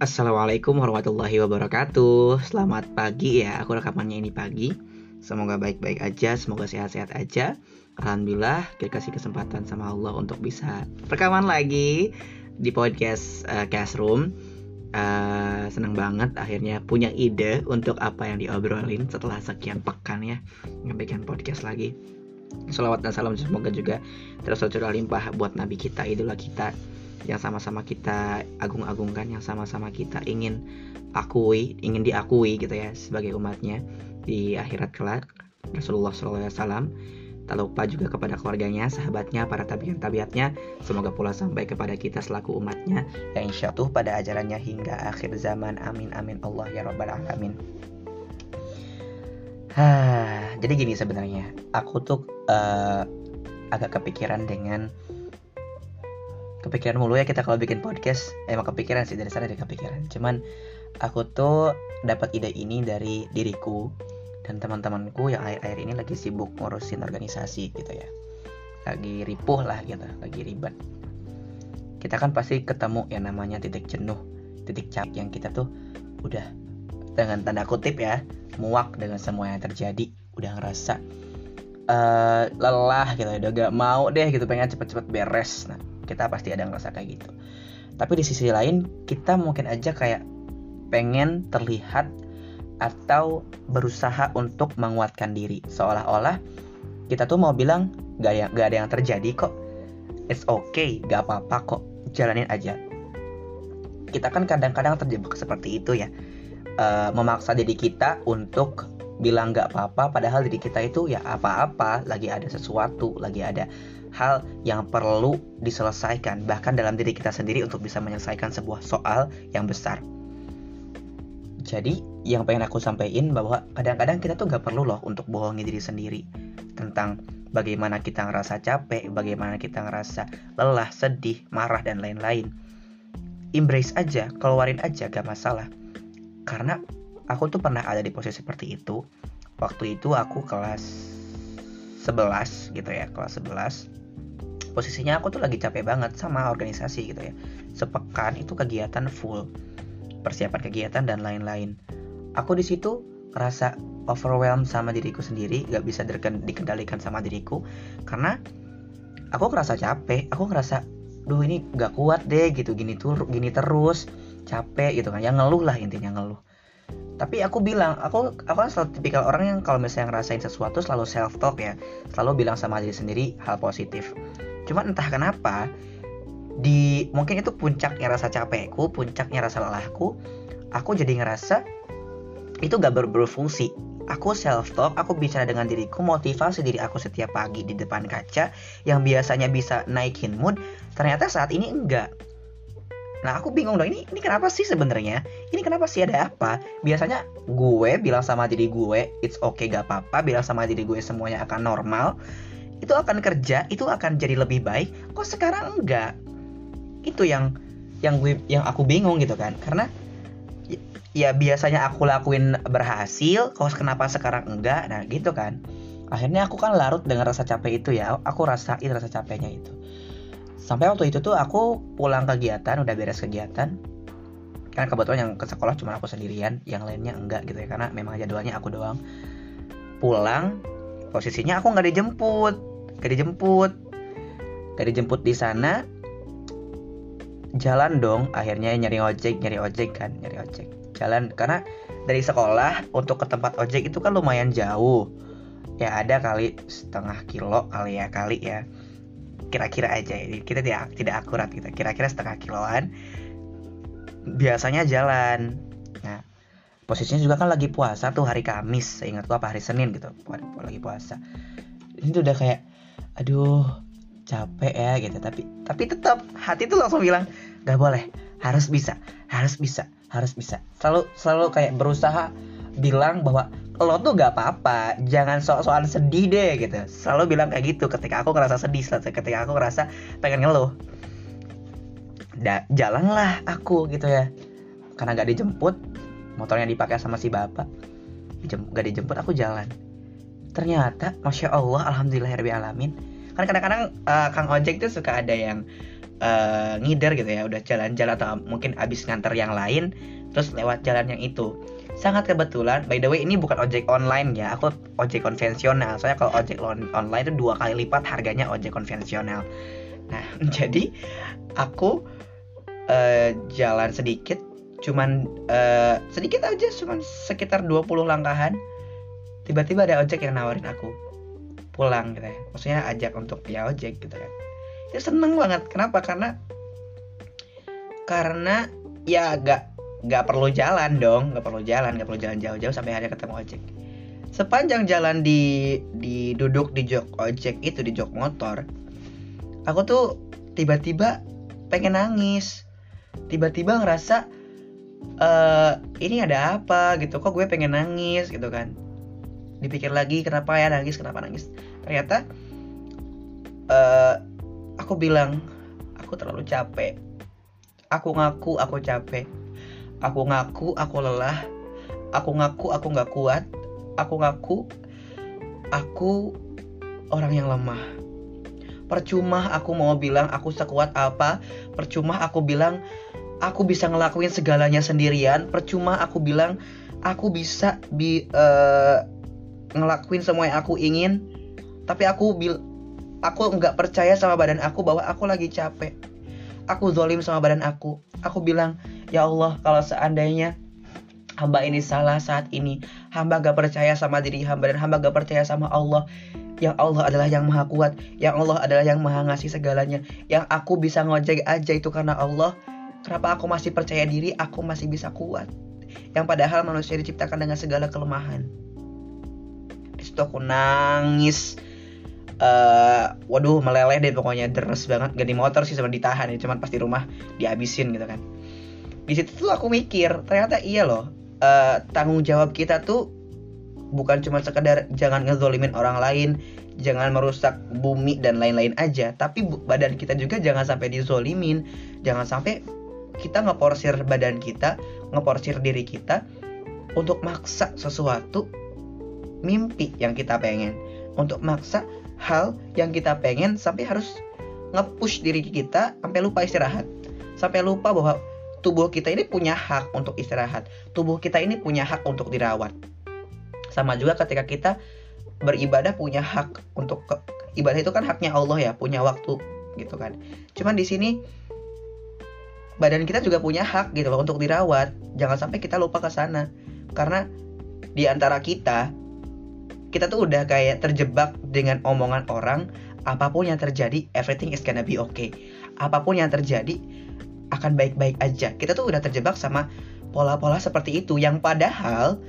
Assalamualaikum warahmatullahi wabarakatuh. Selamat pagi ya, aku rekamannya ini pagi. Semoga baik-baik aja, semoga sehat-sehat aja. Alhamdulillah, dikasih kesempatan sama Allah untuk bisa rekaman lagi di podcast Classroom. Senang banget akhirnya punya ide untuk apa yang diobrolin setelah sekian pekan ya, ngebikin podcast lagi. Shalawat dan salam semoga juga terus tercurah limpah buat Nabi kita, idola kita, yang sama-sama kita agung-agungkan, yang sama-sama kita ingin diakui gitu ya sebagai umatnya di akhirat kelak, Rasulullah SAW. Tak lupa juga kepada keluarganya, sahabatnya, para tabiat-tabiatnya. Semoga pula sampai kepada kita selaku umatnya yang insyaallah pada ajarannya hingga akhir zaman. Amin amin Allah ya rabbal alamin. Jadi gini sebenarnya, aku tuh agak kepikiran mulu ya kita kalau bikin podcast. Emang kepikiran sih, dari sana ada kepikiran. Cuman aku tuh dapat ide ini dari diriku dan teman-temanku yang akhir-akhir ini lagi sibuk ngurusin organisasi gitu ya. Lagi ripuh lah gitu, lagi ribet. Kita kan pasti ketemu yang namanya titik jenuh, titik capek yang kita tuh udah, dengan tanda kutip ya, muak dengan semua yang terjadi, udah ngerasa lelah gitu, udah gak mau deh gitu, pengen cepet-cepet beres. Nah, kita pasti ada ngerasa kayak gitu. Tapi di sisi lain kita mungkin aja kayak pengen terlihat atau berusaha untuk menguatkan diri, seolah-olah kita tuh mau bilang gak ada yang terjadi kok, it's okay, gak apa-apa kok, jalanin aja. Kita kan kadang-kadang terjebak seperti itu ya, memaksa diri kita untuk bilang gak apa-apa, padahal diri kita itu ya apa-apa, lagi ada sesuatu, lagi ada hal yang perlu diselesaikan, bahkan dalam diri kita sendiri untuk bisa menyelesaikan sebuah soal yang besar. Jadi yang pengen aku sampaikan bahwa kadang-kadang kita tuh gak perlu loh untuk bohongi diri sendiri tentang bagaimana kita ngerasa capek, bagaimana kita ngerasa lelah, sedih, marah, dan lain-lain. Embrace aja, keluarin aja, gak masalah. Karena aku tuh pernah ada di posisi seperti itu. Waktu itu aku kelas 11 gitu ya, kelas 11. Posisinya aku tuh lagi capek banget sama organisasi gitu ya. Sepekan itu kegiatan full, persiapan kegiatan dan lain-lain. Aku di situ ngerasa overwhelmed sama diriku sendiri, gak bisa dikendalikan sama diriku. Karena aku ngerasa capek, aku ngerasa duh ini gak kuat deh gitu, gini terus, capek gitu kan. Yang ngeluh lah, intinya ngeluh. Tapi aku bilang, aku kan selalu tipikal orang yang kalau misalnya ngerasain sesuatu selalu self talk ya, selalu bilang sama diri sendiri hal positif. Cuma entah kenapa mungkin itu puncaknya rasa capekku, puncaknya rasa lelahku, aku jadi ngerasa itu gak berfungsi. Aku self talk, aku bicara dengan diriku, motivasi diri aku setiap pagi di depan kaca, yang biasanya bisa naikin mood, ternyata saat ini enggak. Nah aku bingung dong, ini kenapa sih sebenarnya? Ini kenapa sih, ada apa? Biasanya gue bilang sama diri gue, it's okay, gak apa-apa. Bilang sama diri gue semuanya akan normal, itu akan kerja, itu akan jadi lebih baik. Kok sekarang enggak? Itu yang aku bingung gitu kan. Karena ya biasanya aku lakuin berhasil, kok kenapa sekarang enggak? Nah gitu kan. Akhirnya aku kan larut dengan rasa capek itu ya. Aku rasain rasa capeknya itu. Sampai waktu itu tuh aku pulang kegiatan, udah beres kegiatan. Kan kebetulan yang ke sekolah cuma aku sendirian, yang lainnya enggak gitu ya, karena memang jadwalnya aku doang. Pulang, posisinya aku gak dijemput di sana. Jalan dong, akhirnya nyari ojek. Jalan, karena dari sekolah untuk ke tempat ojek itu kan lumayan jauh. Ya ada kali setengah kilo kali ya. Kira-kira aja, kita tidak akurat gitu, kira-kira setengah kiloan biasanya jalan. Nah posisinya juga kan lagi puasa tuh, hari Kamis, saya ingat gua apa hari Senin gitu, lagi puasa. Ini tuh udah kayak aduh capek ya gitu, tapi tetap hati tuh langsung bilang gak boleh, harus bisa. Selalu kayak berusaha bilang bahwa lo tuh gak apa-apa, jangan sok-sokan sedih deh gitu. Selalu bilang kayak gitu ketika aku ngerasa sedih, ketika aku ngerasa pengen ngeluh. Jalanlah aku gitu ya, karena gak dijemput, motornya dipakai sama si bapak, gak dijemput, aku jalan. Ternyata Masya Allah, alhamdulillahirrahmanirrahim. Kan kadang-kadang Kang ojek tuh suka ada yang ngider gitu ya, udah jalan-jalan atau mungkin abis nganter yang lain terus lewat jalan yang itu. Sangat kebetulan, by the way ini bukan ojek online ya, aku ojek konvensional. Soalnya kalau ojek online itu 2 kali lipat harganya ojek konvensional. Nah jadi aku jalan sedikit, cuman sedikit aja, cuman sekitar 20 langkahan. Tiba-tiba ada ojek yang nawarin aku pulang gitu ya, maksudnya ajak untuk ya ojek gitu kan. Ya seneng banget. Kenapa? Karena ya gak perlu jalan dong, gak perlu jalan jauh-jauh sampai akhirnya ketemu ojek. Sepanjang jalan duduk di jok ojek itu, di jok motor, aku tuh tiba-tiba pengen nangis. Tiba-tiba ngerasa ini ada apa gitu, kok gue pengen nangis gitu kan. Dipikir lagi kenapa nangis. Ternyata aku bilang aku terlalu capek. Aku ngaku aku capek. Aku ngaku aku lelah. Aku ngaku aku gak kuat. Aku ngaku aku orang yang lemah. Percuma aku mau bilang aku sekuat apa. Percuma aku bilang aku bisa ngelakuin segalanya sendirian. Percuma aku bilang aku bisa ngelakuin semua yang aku ingin. Tapi aku nggak percaya sama badan aku bahwa aku lagi capek. Aku zolim sama badan aku. Aku bilang, ya Allah, kalau seandainya hamba ini salah saat ini, hamba gak percaya sama diri hamba, dan hamba gak percaya sama Allah. Yang Allah adalah yang maha kuat, yang Allah adalah yang maha ngasih segalanya. Yang aku bisa ngojek aja itu karena Allah. Kenapa aku masih percaya diri, aku masih bisa kuat? Yang padahal manusia diciptakan dengan segala kelemahan. Disitu aku nangis. Waduh, meleleh deh pokoknya, deres banget. Gak di motor sih, cuma ditahan ya, cuman pas di rumah dihabisin gitu kan. Di situ tuh aku mikir, ternyata iya loh, tanggung jawab kita tuh bukan cuma sekedar jangan ngezolimin orang lain, jangan merusak bumi dan lain-lain aja, tapi badan kita juga jangan sampai dizolimin. Jangan sampai kita ngeporsir badan kita, ngeporsir diri kita untuk maksa sesuatu mimpi yang kita pengen, untuk maksa hal yang kita pengen, sampai harus nge-push diri kita sampai lupa istirahat, sampai lupa bahwa tubuh kita ini punya hak untuk istirahat, tubuh kita ini punya hak untuk dirawat. Sama juga ketika kita beribadah, punya hak untuk ibadah, itu kan haknya Allah ya, punya waktu gitu kan. Cuman di sini badan kita juga punya hak gitu loh untuk dirawat. Jangan sampai kita lupa ke sana. Karena di antara kita tuh udah kayak terjebak dengan omongan orang. Apapun yang terjadi, everything is gonna be okay. Apapun yang terjadi akan baik-baik aja. Kita tuh udah terjebak sama pola-pola seperti itu. Yang padahal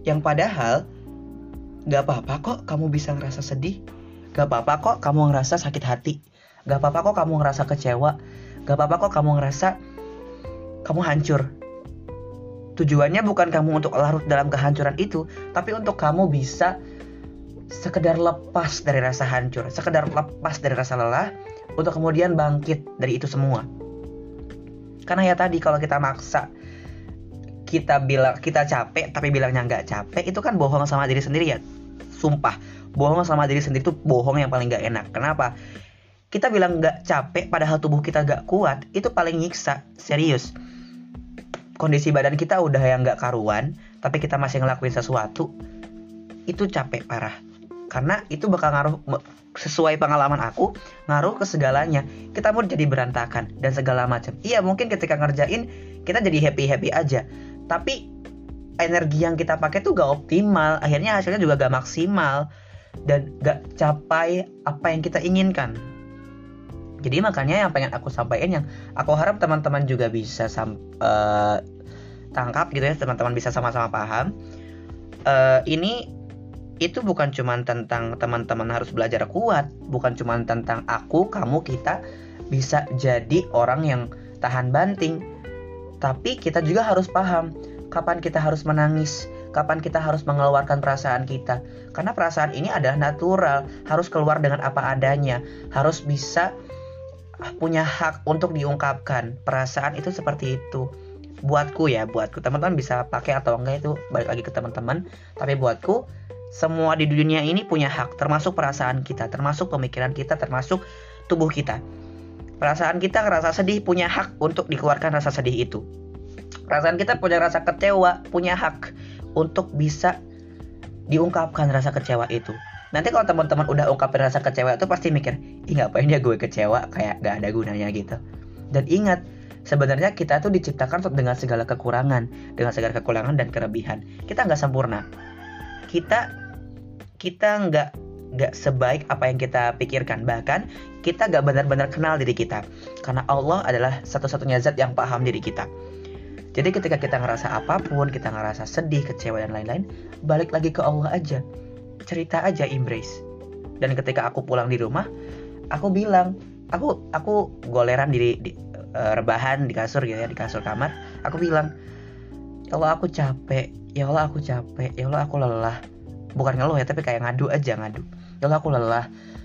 gak apa-apa kok kamu bisa ngerasa sedih. Gak apa-apa kok kamu ngerasa sakit hati. Gak apa-apa kok kamu ngerasa kecewa. Gak apa-apa kok kamu ngerasa kamu hancur. Tujuannya bukan kamu untuk larut dalam kehancuran itu, tapi untuk kamu bisa sekedar lepas dari rasa hancur, sekedar lepas dari rasa lelah, untuk kemudian bangkit dari itu semua. Karena ya tadi, kalau kita maksa, kita bilang kita capek tapi bilangnya nggak capek, itu kan bohong sama diri sendiri ya. Sumpah, bohong sama diri sendiri itu bohong yang paling nggak enak. Kenapa? Kita bilang nggak capek padahal tubuh kita nggak kuat, itu paling nyiksa. Serius, kondisi badan kita udah yang nggak karuan, tapi kita masih ngelakuin sesuatu, itu capek parah. Karena itu bakal ngaruh, sesuai pengalaman aku, ngaruh ke segalanya. Kita mau jadi berantakan dan segala macam. Iya, mungkin ketika ngerjain kita jadi happy aja, tapi energi yang kita pakai tuh gak optimal. Akhirnya hasilnya juga gak maksimal dan gak capai apa yang kita inginkan. Jadi makanya yang pengen aku sampaikan, yang aku harap teman-teman juga bisa tangkap gitu ya, teman-teman bisa sama-sama paham. Ini itu bukan cuma tentang teman-teman harus belajar kuat, bukan cuma tentang aku, kamu, kita bisa jadi orang yang tahan banting. Tapi kita juga harus paham kapan kita harus menangis, kapan kita harus mengeluarkan perasaan kita. Karena perasaan ini adalah natural, harus keluar dengan apa adanya, harus bisa punya hak untuk diungkapkan. Perasaan itu seperti itu. Buatku, teman-teman bisa pakai atau enggak itu balik lagi ke teman-teman. Tapi buatku, semua di dunia ini punya hak, termasuk perasaan kita, termasuk pemikiran kita, termasuk tubuh kita. Perasaan kita ngerasa sedih punya hak untuk dikeluarkan rasa sedih itu. Perasaan kita punya rasa kecewa punya hak untuk bisa diungkapkan rasa kecewa itu. Nanti kalau teman-teman udah ungkapin rasa kecewa itu pasti mikir, ih ngapain ya gue kecewa, kayak gak ada gunanya gitu. Dan ingat, sebenarnya kita tuh diciptakan dengan segala kekurangan dan kelebihan. Kita nggak sempurna. Kita nggak sebaik apa yang kita pikirkan. Bahkan kita nggak benar-benar kenal diri kita. Karena Allah adalah satu-satunya zat yang paham diri kita. Jadi ketika kita ngerasa apapun, kita ngerasa sedih, kecewa dan lain-lain, balik lagi ke Allah aja. Cerita aja, embrace. Dan ketika aku pulang di rumah, aku bilang, aku goleran di rebahan di kasur gitu ya, di kasur kamar. Aku bilang, ya Allah aku capek, ya Allah aku capek, ya Allah aku lelah. Bukan ngeluh ya, tapi kayak ngadu. Ya Allah aku lelah.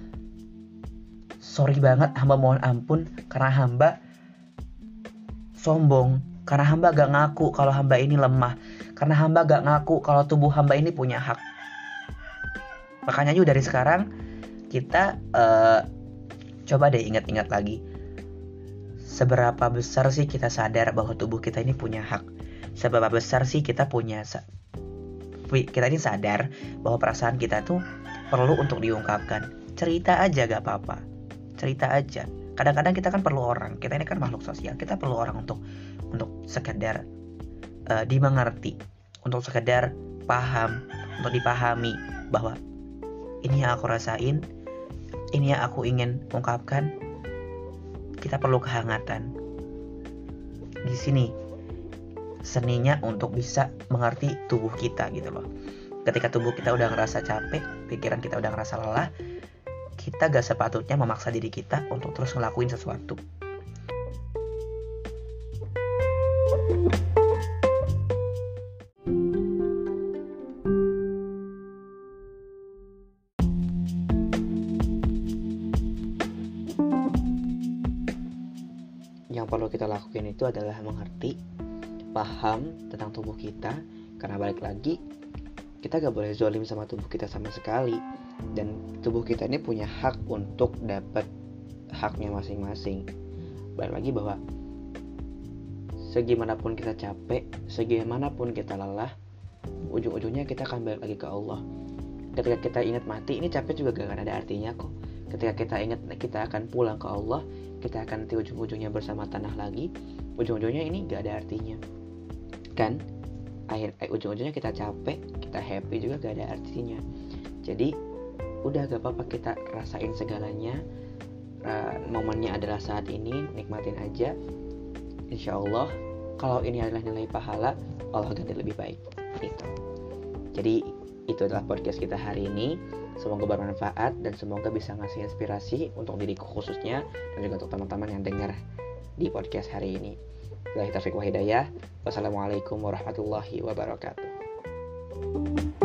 Sorry banget, hamba mohon ampun karena hamba sombong, karena hamba gak ngaku kalau hamba ini lemah, karena hamba gak ngaku kalau tubuh hamba ini punya hak. Makanya yuk dari sekarang kita coba deh ingat-ingat lagi, seberapa besar sih kita sadar bahwa tubuh kita ini punya hak. Seberapa besar sih kita ini sadar bahwa perasaan kita tuh perlu untuk diungkapkan. Cerita aja gak apa-apa, cerita aja. Kadang-kadang kita kan perlu orang, kita ini kan makhluk sosial, kita perlu orang untuk sekedar dimengerti, untuk sekedar paham, untuk dipahami bahwa ini yang aku rasain, ini yang aku ingin ungkapkan. Kita perlu kehangatan. Di sini seninya untuk bisa mengerti tubuh kita gitu loh. Ketika tubuh kita udah ngerasa capek, pikiran kita udah ngerasa lelah, kita gak sepatutnya memaksa diri kita untuk terus ngelakuin sesuatu. Yang perlu kita lakukan itu adalah mengerti, paham tentang tubuh kita. Karena balik lagi, kita gak boleh zolim sama tubuh kita sama sekali. Dan tubuh kita ini punya hak untuk dapat haknya masing-masing. Balik lagi bahwa segimanapun kita capek, segimanapun kita lelah, ujung-ujungnya kita akan balik lagi ke Allah. Ketika kita ingat mati, ini capek juga gak akan ada artinya kok. Ketika kita ingat kita akan pulang ke Allah, kita akan nanti ujung-ujungnya bersama tanah lagi, ujung-ujungnya ini gak ada artinya kan. Ujung-ujungnya kita capek, kita happy juga gak ada artinya. Jadi udah gak apa-apa kita rasain segalanya. Momennya adalah saat ini, nikmatin aja. Insya Allah kalau ini adalah nilai pahala, Allah ganti lebih baik gitu. Jadi itu adalah podcast kita hari ini. Semoga bermanfaat dan semoga bisa ngasih inspirasi untuk diriku khususnya, dan juga untuk teman-teman yang dengar di podcast hari ini. Wabillahi taufiq wal hidayah. Wassalamualaikum warahmatullahi wabarakatuh.